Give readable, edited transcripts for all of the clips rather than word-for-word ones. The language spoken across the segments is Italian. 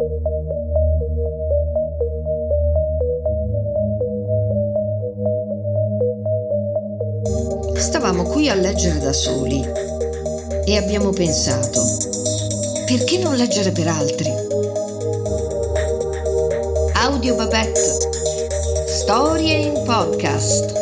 Stavamo qui a leggere da soli e abbiamo pensato, perché non leggere per altri? Audio Babette, storie in podcast.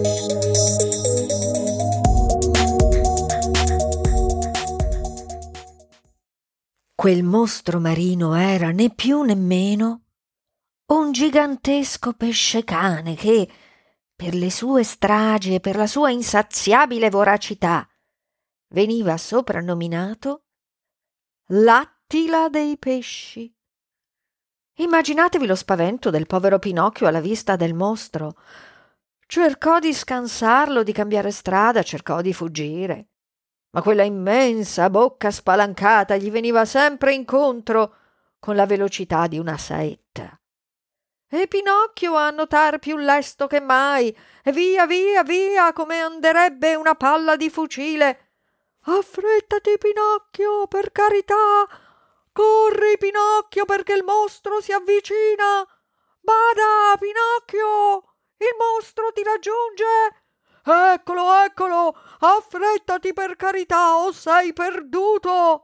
Quel mostro marino era né più né meno un gigantesco pesce cane che, per le sue stragi e per la sua insaziabile voracità, veniva soprannominato l'Attila dei pesci. Immaginatevi lo spavento del povero Pinocchio alla vista del mostro. Cercò di scansarlo, di cambiare strada, cercò di fuggire, ma quella immensa bocca spalancata gli veniva sempre incontro con la velocità di una saetta. E Pinocchio a nuotar più lesto che mai, e via, via, via, come anderebbe una palla di fucile. Affrettati, Pinocchio, per carità! Corri, Pinocchio, perché il mostro si avvicina! Bada, Pinocchio! Il mostro ti raggiunge! Eccolo, eccolo! Affrettati, per carità, o sei perduto!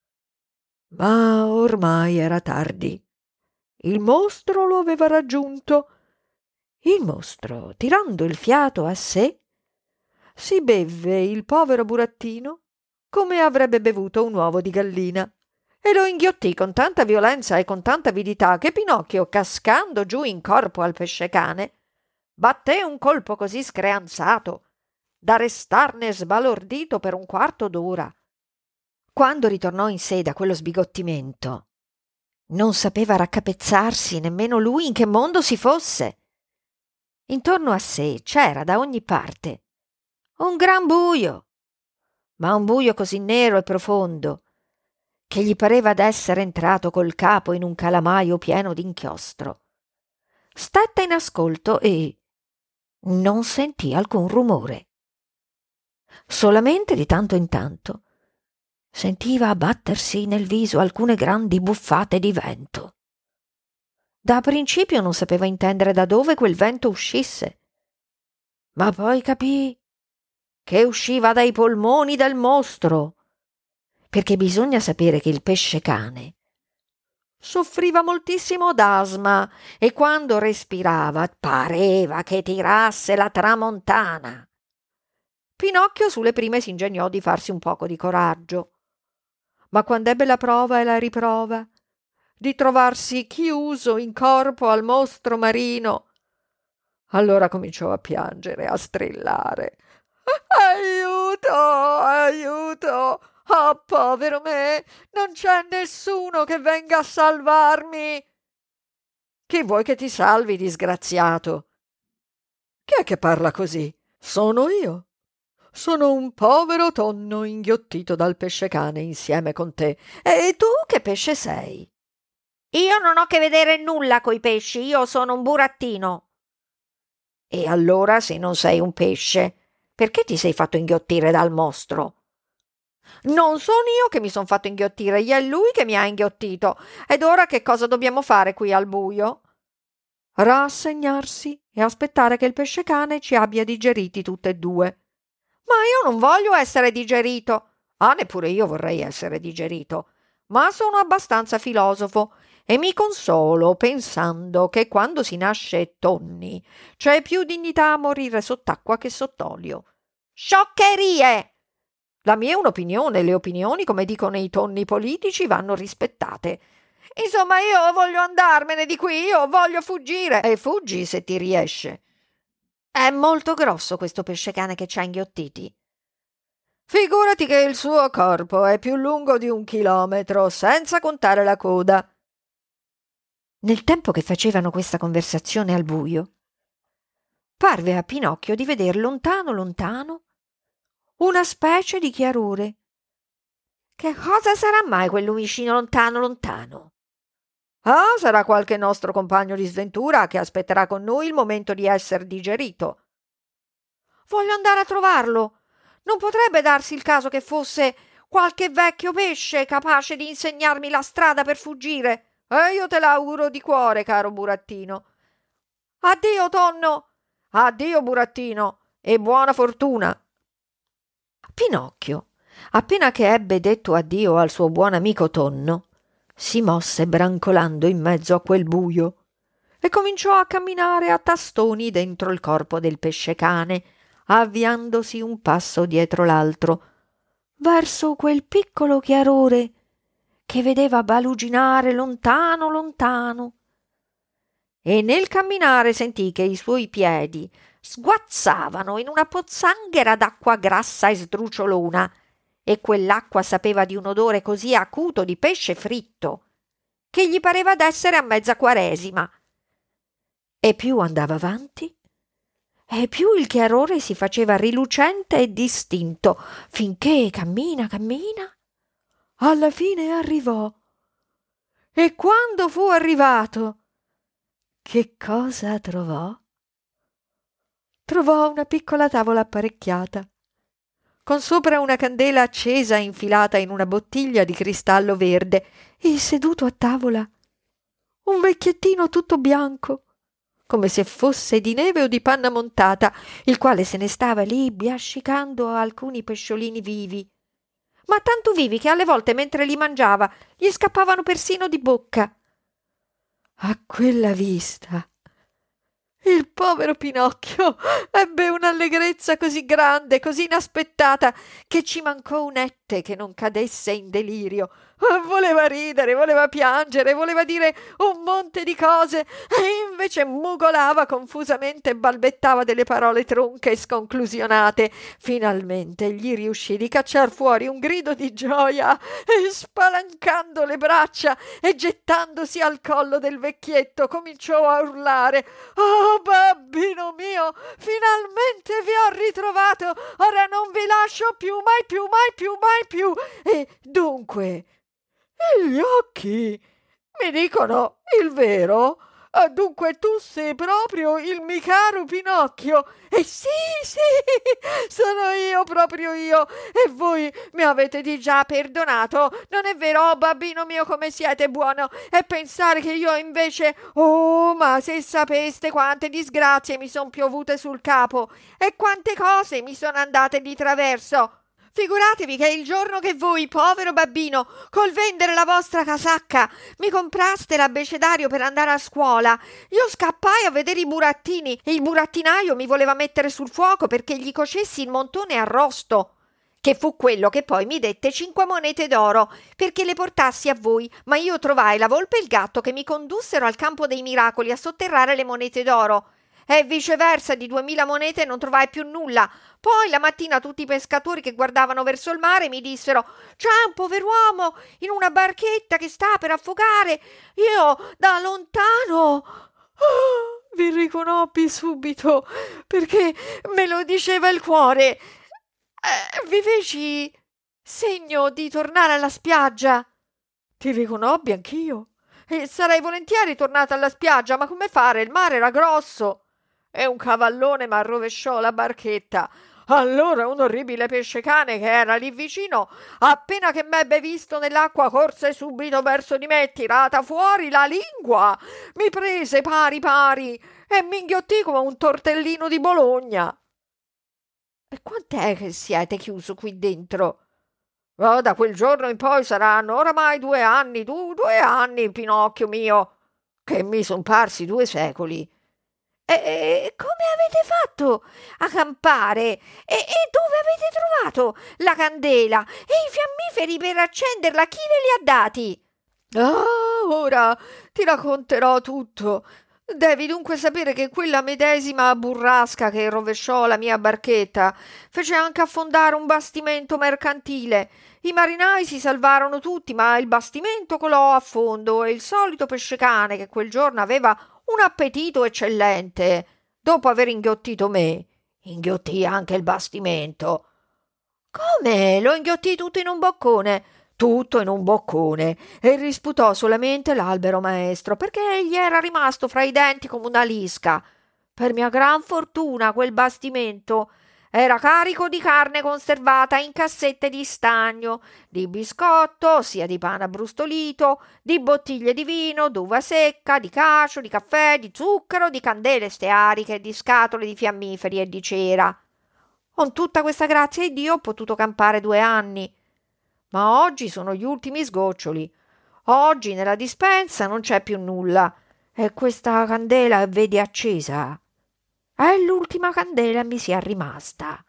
Ma ormai era tardi. Il mostro lo aveva raggiunto. Il mostro, tirando il fiato a sé, si bevve il povero burattino come avrebbe bevuto un uovo di gallina e lo inghiottì con tanta violenza e con tanta avidità che Pinocchio, cascando giù in corpo al pescecane, batté un colpo così screanzato da restarne sbalordito per un quarto d'ora. Quando ritornò in sé da quello sbigottimento, non sapeva raccapezzarsi nemmeno lui in che mondo si fosse. Intorno a sé c'era da ogni parte un gran buio, ma un buio così nero e profondo che gli pareva d'essere entrato col capo in un calamaio pieno d'inchiostro. Stette in ascolto e non sentì alcun rumore. Solamente di tanto in tanto sentiva abbattersi nel viso alcune grandi buffate di vento. Da principio non sapeva intendere da dove quel vento uscisse, ma poi capì che usciva dai polmoni del mostro, perché bisogna sapere che il pesce cane soffriva moltissimo d'asma e quando respirava pareva che tirasse la tramontana. Pinocchio sulle prime si ingegnò di farsi un poco di coraggio, ma quando ebbe la prova e la riprova di trovarsi chiuso in corpo al mostro marino, allora cominciò a piangere, a strillare. Aiuto, aiuto! Oh, povero me! Non c'è nessuno che venga a salvarmi! Chi vuoi che ti salvi, disgraziato? Chi è che parla così? Sono io. Sono un povero tonno inghiottito dal pescecane insieme con te. E tu che pesce sei? Io non ho che vedere nulla coi pesci, io sono un burattino. E allora, se non sei un pesce, perché ti sei fatto inghiottire dal mostro? Non sono io che mi son fatto inghiottire, è lui che mi ha inghiottito. Ed ora che cosa dobbiamo fare qui al buio? Rassegnarsi e aspettare che il pescecane ci abbia digeriti tutte e due. Ma io non voglio essere digerito. Ah, neppure io vorrei essere digerito. Ma sono abbastanza filosofo e mi consolo pensando che quando si nasce tonni c'è più dignità a morire sott'acqua che sott'olio. Scioccherie! La mia è un'opinione, le opinioni, come dicono i tonni politici, vanno rispettate. Insomma, io voglio andarmene di qui, io voglio fuggire. E fuggi se ti riesce. È molto grosso questo pescecane che ci ha inghiottiti. Figurati che il suo corpo è più lungo di 1 chilometro, senza contare la coda. Nel tempo che facevano questa conversazione al buio, parve a Pinocchio di veder lontano lontano una specie di chiarore. Che cosa sarà mai quel lumicino lontano lontano? Ah, sarà qualche nostro compagno di sventura che aspetterà con noi il momento di esser digerito. Voglio andare a trovarlo. Non potrebbe darsi il caso che fosse qualche vecchio pesce capace di insegnarmi la strada per fuggire? E io te l'auguro di cuore, caro burattino. Addio, tonno. Addio, burattino, e buona fortuna. Pinocchio, appena che ebbe detto addio al suo buon amico tonno, si mosse brancolando in mezzo a quel buio e cominciò a camminare a tastoni dentro il corpo del pesce-cane, avviandosi un passo dietro l'altro, verso quel piccolo chiarore che vedeva baluginare lontano lontano. E nel camminare sentì che i suoi piedi sguazzavano in una pozzanghera d'acqua grassa e sdruciolona, e quell'acqua sapeva di un odore così acuto di pesce fritto che gli pareva d'essere a mezza Quaresima. E più andava avanti, e più il chiarore si faceva rilucente e distinto, finché cammina, alla fine arrivò. E quando fu arrivato, che cosa trovò? Trovò una piccola tavola apparecchiata, con sopra una candela accesa infilata in una bottiglia di cristallo verde, e seduto a tavola un vecchiettino tutto bianco, come se fosse di neve o di panna montata, il quale se ne stava lì biascicando alcuni pesciolini vivi, ma tanto vivi che alle volte mentre li mangiava gli scappavano persino di bocca. A quella vista il povero Pinocchio ebbe un'allegrezza così grande, così inaspettata, che ci mancò un ette che non cadesse in delirio. Voleva ridere, voleva piangere, voleva dire un monte di cose, e invece mugolava confusamente e balbettava delle parole tronche e sconclusionate. Finalmente gli riuscì di cacciar fuori un grido di gioia, e spalancando le braccia e gettandosi al collo del vecchietto cominciò a urlare: «Oh, babbino mio, finalmente vi ho ritrovato! Ora non vi lascio più, mai più, mai più, mai più! E dunque, gli occhi mi dicono il vero? Dunque tu sei proprio il mio caro Pinocchio? E sì, sono io, proprio io, e voi mi avete di già perdonato, non è vero? Oh, babbino mio, come siete buono! E pensare che io invece, oh, ma se sapeste quante disgrazie mi son piovute sul capo e quante cose mi sono andate di traverso! Figuratevi che il giorno che voi, povero babbino, col vendere la vostra casacca, mi compraste l'abbecedario per andare a scuola, io scappai a vedere i burattini e il burattinaio mi voleva mettere sul fuoco perché gli cocessi il montone arrosto, che fu quello che poi mi dette 5 monete d'oro perché le portassi a voi, ma io trovai la volpe e il gatto che mi condussero al campo dei miracoli a sotterrare le monete d'oro. E viceversa, di 2000 monete non trovai più nulla. Poi la mattina tutti i pescatori che guardavano verso il mare mi dissero: «C'è un pover'uomo in una barchetta che sta per affogare». Io da lontano vi riconobbi subito, perché me lo diceva il cuore. Vi feci segno di tornare alla spiaggia. Ti riconobbi anch'io e sarei volentieri tornata alla spiaggia, ma come fare? Il mare era grosso e un cavallone m'arrovesciò la barchetta. Allora un orribile pesce-cane che era lì vicino, appena che m'ebbe visto nell'acqua, corse subito verso di me, tirata fuori la lingua, mi prese pari pari e m'inghiottì come un tortellino di Bologna. E quant'è che siete chiuso qui dentro? Oh, da quel giorno in poi saranno oramai 2 anni, 2 anni, Pinocchio mio, che mi son parsi 2 secoli. E come avete fatto a campare? E dove avete trovato la candela e i fiammiferi per accenderla? Chi ve li ha dati? Ah, ora ti racconterò tutto. Devi dunque sapere che quella medesima burrasca che rovesciò la mia barchetta fece anche affondare un bastimento mercantile. I marinai si salvarono tutti, ma il bastimento colò a fondo e il solito pescecane, che quel giorno aveva un appetito eccellente, dopo aver inghiottito me, inghiottì anche il bastimento. Come? Lo inghiottì tutto in un boccone? Tutto in un boccone, e risputò solamente l'albero maestro, perché gli era rimasto fra i denti come una lisca. Per mia gran fortuna quel bastimento era carico di carne conservata in cassette di stagno, di biscotto, ossia di pane abbrustolito, di bottiglie di vino, d'uva secca, di cacio, di caffè, di zucchero, di candele steariche, di scatole di fiammiferi e di cera. Con tutta questa grazia di Dio ho potuto campare 2 anni. Ma oggi sono gli ultimi sgoccioli. Oggi nella dispensa non c'è più nulla. E questa candela, vedi, accesa? È l'ultima candela mi sia rimasta.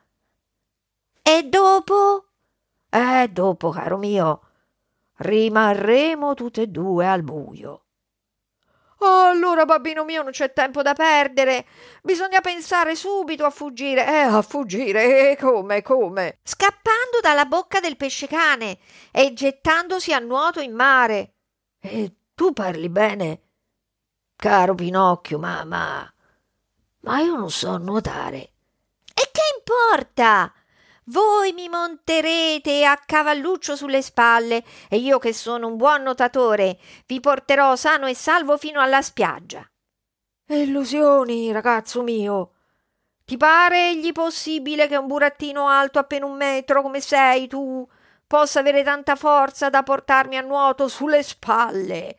E dopo? Dopo, caro mio, rimarremo tutte e 2 al buio. Oh, allora, babbino mio, non c'è tempo da perdere. Bisogna pensare subito a fuggire. A fuggire? Come? Scappando dalla bocca del pescecane e gettandosi a nuoto in mare. E tu parli bene, caro Pinocchio, ma io non so nuotare. E che importa? Voi mi monterete a cavalluccio sulle spalle e io, che sono un buon nuotatore, vi porterò sano e salvo fino alla spiaggia. Illusioni, ragazzo mio. Ti pare egli possibile che un burattino alto appena 1 metro come sei tu possa avere tanta forza da portarmi a nuoto sulle spalle?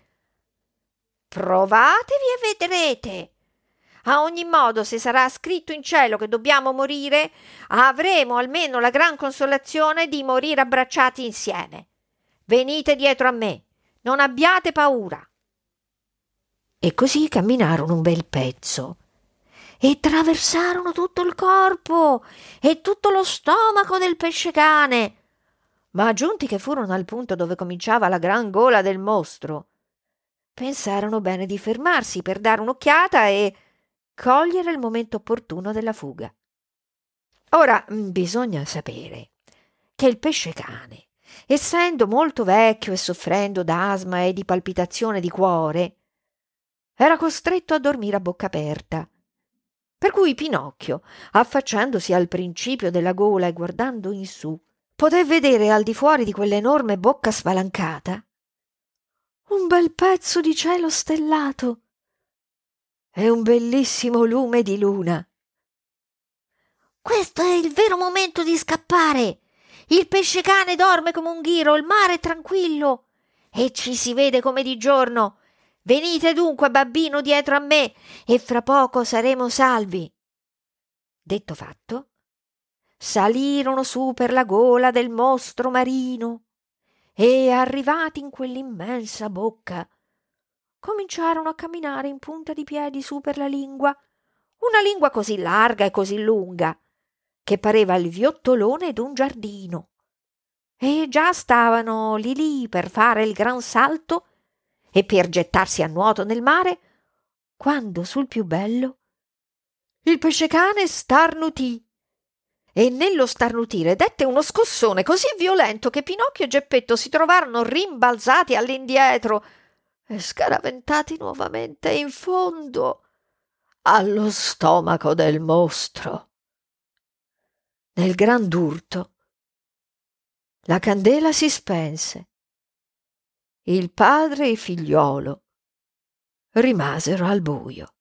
Provatevi e vedrete. A ogni modo, se sarà scritto in cielo che dobbiamo morire, avremo almeno la gran consolazione di morire abbracciati insieme. Venite dietro a me, non abbiate paura. E così camminarono un bel pezzo e traversarono tutto il corpo e tutto lo stomaco del pescecane. Ma giunti che furono al punto dove cominciava la gran gola del mostro, pensarono bene di fermarsi per dare un'occhiata e cogliere il momento opportuno della fuga. Ora bisogna sapere che il pescecane, essendo molto vecchio e soffrendo d'asma e di palpitazione di cuore, era costretto a dormire a bocca aperta. Per cui Pinocchio, affacciandosi al principio della gola e guardando in su, poté vedere al di fuori di quell'enorme bocca spalancata un bel pezzo di cielo stellato e un bellissimo lume di luna. Questo è il vero momento di scappare. Il pescecane dorme come un ghiro, il mare è tranquillo e ci si vede come di giorno. Venite dunque, babbino, dietro a me e fra poco saremo salvi. Detto fatto, salirono su per la gola del mostro marino e, arrivati in quell'immensa bocca, cominciarono a camminare in punta di piedi su per la lingua, una lingua così larga e così lunga che pareva il viottolone d'un giardino, e già stavano lì per fare il gran salto e per gettarsi a nuoto nel mare, quando sul più bello il pescecane starnutì e nello starnutire dette uno scossone così violento che Pinocchio e Geppetto si trovarono rimbalzati all'indietro e scaraventati nuovamente in fondo allo stomaco del mostro. Nel gran urto la candela si spense. Il padre e il figliolo rimasero al buio.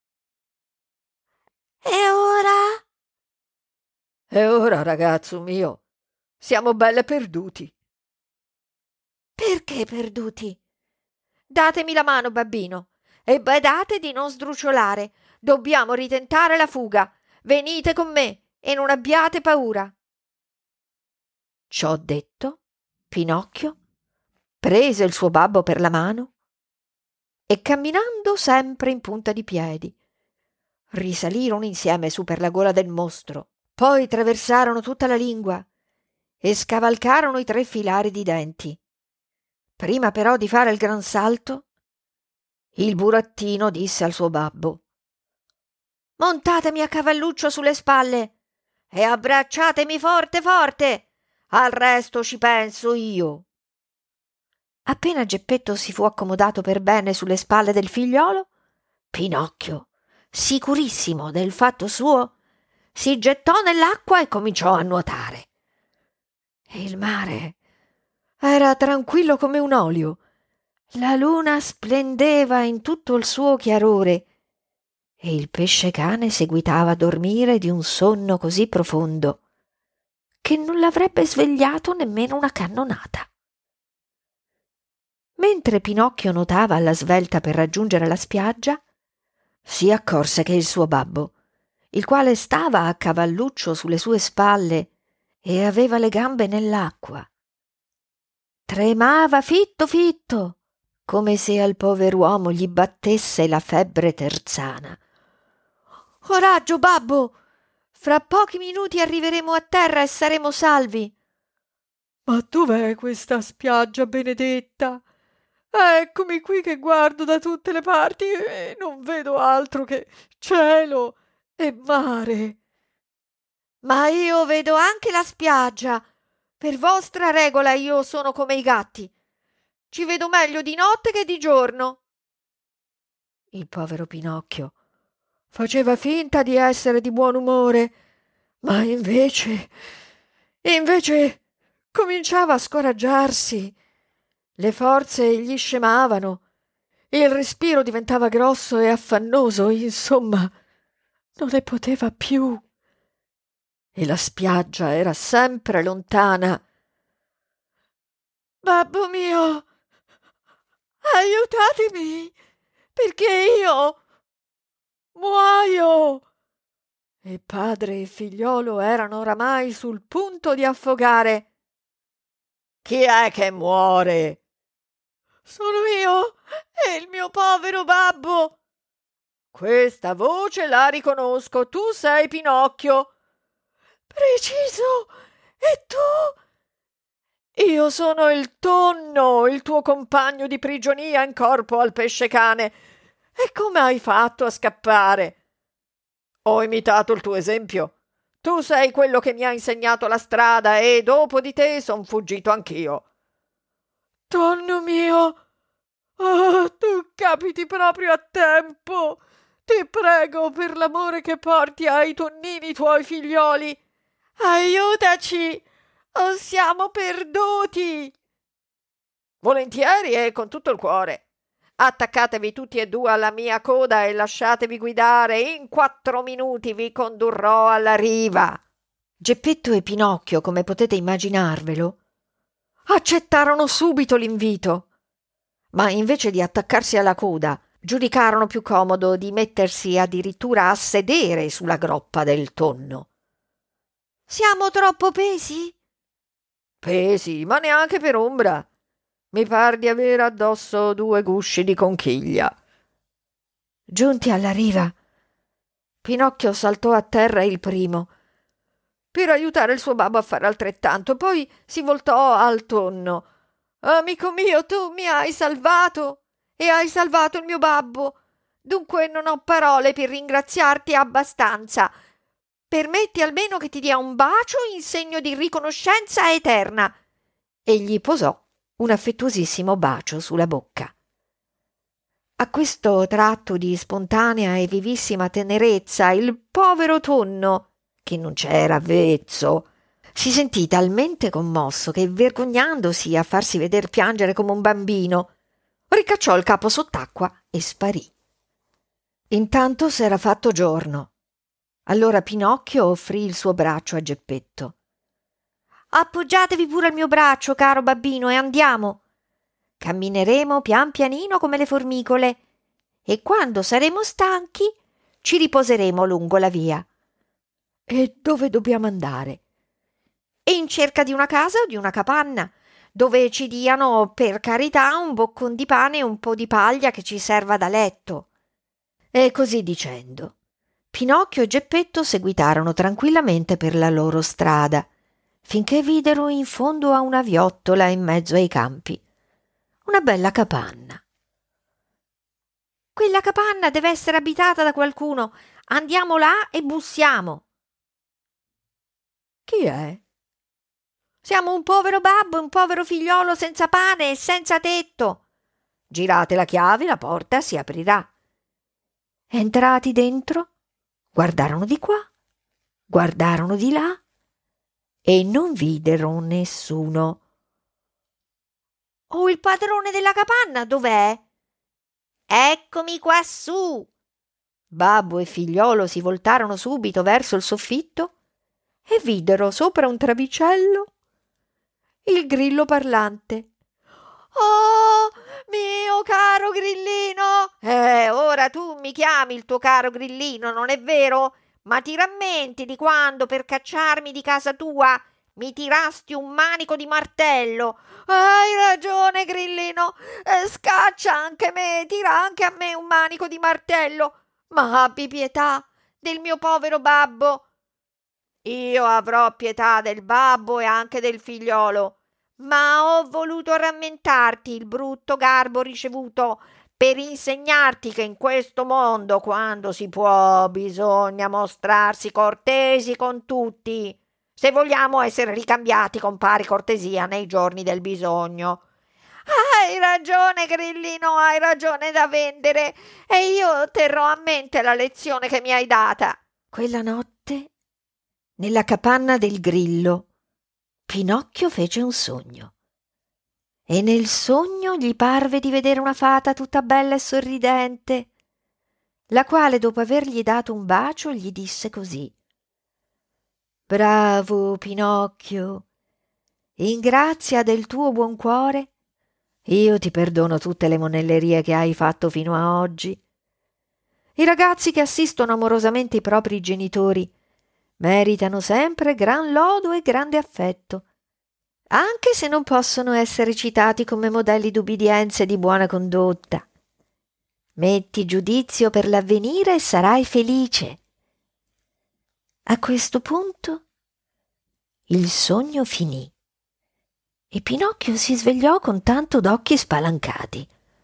E ora? E ora, ragazzo mio, siamo belle perduti. Perché perduti? Datemi la mano, babbino, e badate di non sdrucciolare. Dobbiamo ritentare la fuga. Venite con me e non abbiate paura. Ciò detto, Pinocchio prese il suo babbo per la mano e, camminando sempre in punta di piedi, risalirono insieme su per la gola del mostro, poi traversarono tutta la lingua e scavalcarono i 3 filari di denti. Prima però di fare il gran salto, il burattino disse al suo babbo: «Montatemi a cavalluccio sulle spalle e abbracciatemi forte forte, al resto ci penso io». Appena Geppetto si fu accomodato per bene sulle spalle del figliolo, Pinocchio, sicurissimo del fatto suo, si gettò nell'acqua e cominciò a nuotare. Il mare era tranquillo come un olio, la luna splendeva in tutto il suo chiarore e il pescecane seguitava a dormire di un sonno così profondo che non l'avrebbe svegliato nemmeno una cannonata. Mentre Pinocchio nuotava alla svelta per raggiungere la spiaggia, si accorse che il suo babbo, il quale stava a cavalluccio sulle sue spalle e aveva le gambe nell'acqua, tremava fitto fitto, come se al pover'uomo gli battesse la febbre terzana. «Coraggio, babbo! Fra pochi minuti arriveremo a terra e saremo salvi!» «Ma dov'è questa spiaggia benedetta? Eccomi qui che guardo da tutte le parti e non vedo altro che cielo e mare!» «Ma io vedo anche la spiaggia. Per vostra regola io sono come i gatti. Ci vedo meglio di notte che di giorno!» Il povero Pinocchio faceva finta di essere di buon umore, ma invece cominciava a scoraggiarsi. Le forze gli scemavano, il respiro diventava grosso e affannoso, insomma, non ne poteva più. E la spiaggia era sempre lontana. «Babbo mio, aiutatemi, perché io muoio!» E padre e figliolo erano oramai sul punto di affogare. «Chi è che muore?» «Sono io e il mio povero babbo!» «Questa voce la riconosco, tu sei Pinocchio!» «Preciso! E tu?» «Io sono il tonno, il tuo compagno di prigionia in corpo al pesce-cane. E come hai fatto a scappare?» «Ho imitato il tuo esempio. Tu sei quello che mi ha insegnato la strada e dopo di te son fuggito anch'io.» «Tonno mio, oh, tu capiti proprio a tempo! Ti prego, per l'amore che porti ai tonnini tuoi figlioli, aiutaci, o siamo perduti!» «Volentieri e con tutto il cuore. Attaccatevi tutti e due alla mia coda e lasciatevi guidare. In 4 minuti vi condurrò alla riva.» Geppetto e Pinocchio, come potete immaginarvelo, accettarono subito l'invito, ma invece di attaccarsi alla coda, giudicarono più comodo di mettersi addirittura a sedere sulla groppa del tonno. «Siamo troppo pesi?» «Pesi, ma neanche per ombra. Mi par di avere addosso 2 gusci di conchiglia.» Giunti alla riva, Pinocchio saltò a terra il primo, per aiutare il suo babbo a fare altrettanto. Poi si voltò al tonno. «Amico mio, tu mi hai salvato e hai salvato il mio babbo. Dunque non ho parole per ringraziarti abbastanza. Permetti almeno che ti dia un bacio in segno di riconoscenza eterna.» E gli posò un affettuosissimo bacio sulla bocca. A questo tratto di spontanea e vivissima tenerezza il povero tonno, che non c'era avvezzo, si sentì talmente commosso che, vergognandosi a farsi veder piangere come un bambino, ricacciò il capo sott'acqua e sparì. Intanto s'era fatto giorno. Allora Pinocchio offrì il suo braccio a Geppetto. «Appoggiatevi pure al mio braccio, caro babbino, e andiamo. Cammineremo pian pianino come le formicole e quando saremo stanchi ci riposeremo lungo la via.» «E dove dobbiamo andare?» «In cerca di una casa o di una capanna, dove ci diano, per carità, un boccon di pane e un po' di paglia che ci serva da letto.» E così dicendo, Pinocchio e Geppetto seguitarono tranquillamente per la loro strada, finché videro in fondo a una viottola in mezzo ai campi una bella capanna. «Quella capanna deve essere abitata da qualcuno. Andiamo là e bussiamo.» «Chi è?» «Siamo un povero babbo e un povero figliolo senza pane e senza tetto. Girate la chiave, la porta si aprirà.» Entrati dentro, guardarono di qua, guardarono di là e non videro nessuno. «Oh, il padrone della capanna dov'è?» «Eccomi quassù!» Babbo e figliolo si voltarono subito verso il soffitto e videro sopra un travicello il grillo parlante. «Oh, mio caro grillino! Ora tu mi chiami il tuo caro grillino, non è vero? Ma ti rammenti di quando per cacciarmi di casa tua mi tirasti un manico di martello? Hai ragione, grillino, scaccia anche me, tira anche a me un manico di martello, ma abbi pietà del mio povero babbo». «Io avrò pietà del babbo e anche del figliolo, ma ho voluto rammentarti il brutto garbo ricevuto per insegnarti che in questo mondo, quando si può, bisogna mostrarsi cortesi con tutti, se vogliamo essere ricambiati con pari cortesia nei giorni del bisogno». «Hai ragione, grillino, hai ragione da vendere, e io terrò a mente la lezione che mi hai data». Quella notte, nella capanna del grillo, Pinocchio fece un sogno, e nel sogno gli parve di vedere una fata tutta bella e sorridente, la quale, dopo avergli dato un bacio, gli disse così: «Bravo Pinocchio, in grazia del tuo buon cuore io ti perdono tutte le monellerie che hai fatto fino a oggi. I ragazzi che assistono amorosamente i propri genitori meritano sempre gran lodo e grande affetto, anche se non possono essere citati come modelli d'ubbidienza e di buona condotta. Metti giudizio per l'avvenire e sarai felice». A questo punto il sogno finì e Pinocchio si svegliò con tanto d'occhi spalancati.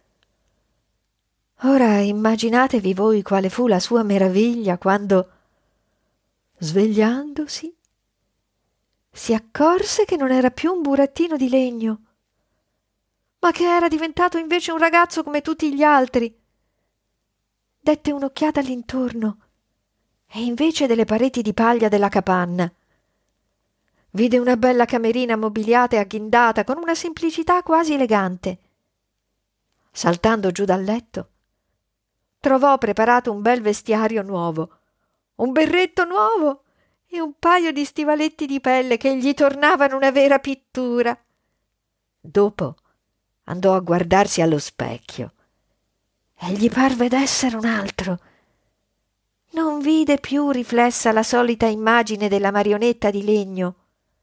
Ora immaginatevi voi quale fu la sua meraviglia quando, svegliandosi, si accorse che non era più un burattino di legno, ma che era diventato invece un ragazzo come tutti gli altri. Dette un'occhiata all'intorno e invece delle pareti di paglia della capanna vide una bella camerina mobiliata e agghindata con una semplicità quasi elegante. Saltando giù dal letto, trovò preparato un bel vestiario nuovo, un berretto nuovo e un paio di stivaletti di pelle che gli tornavano una vera pittura. Dopo andò a guardarsi allo specchio e gli parve d'essere un altro. Non vide più riflessa la solita immagine della marionetta di legno,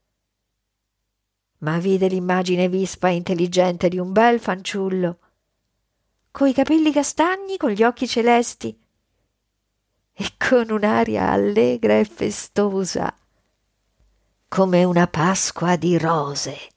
ma vide l'immagine vispa e intelligente di un bel fanciullo, coi capelli castagni, con gli occhi celesti e con un'aria allegra e festosa, come una Pasqua di rose.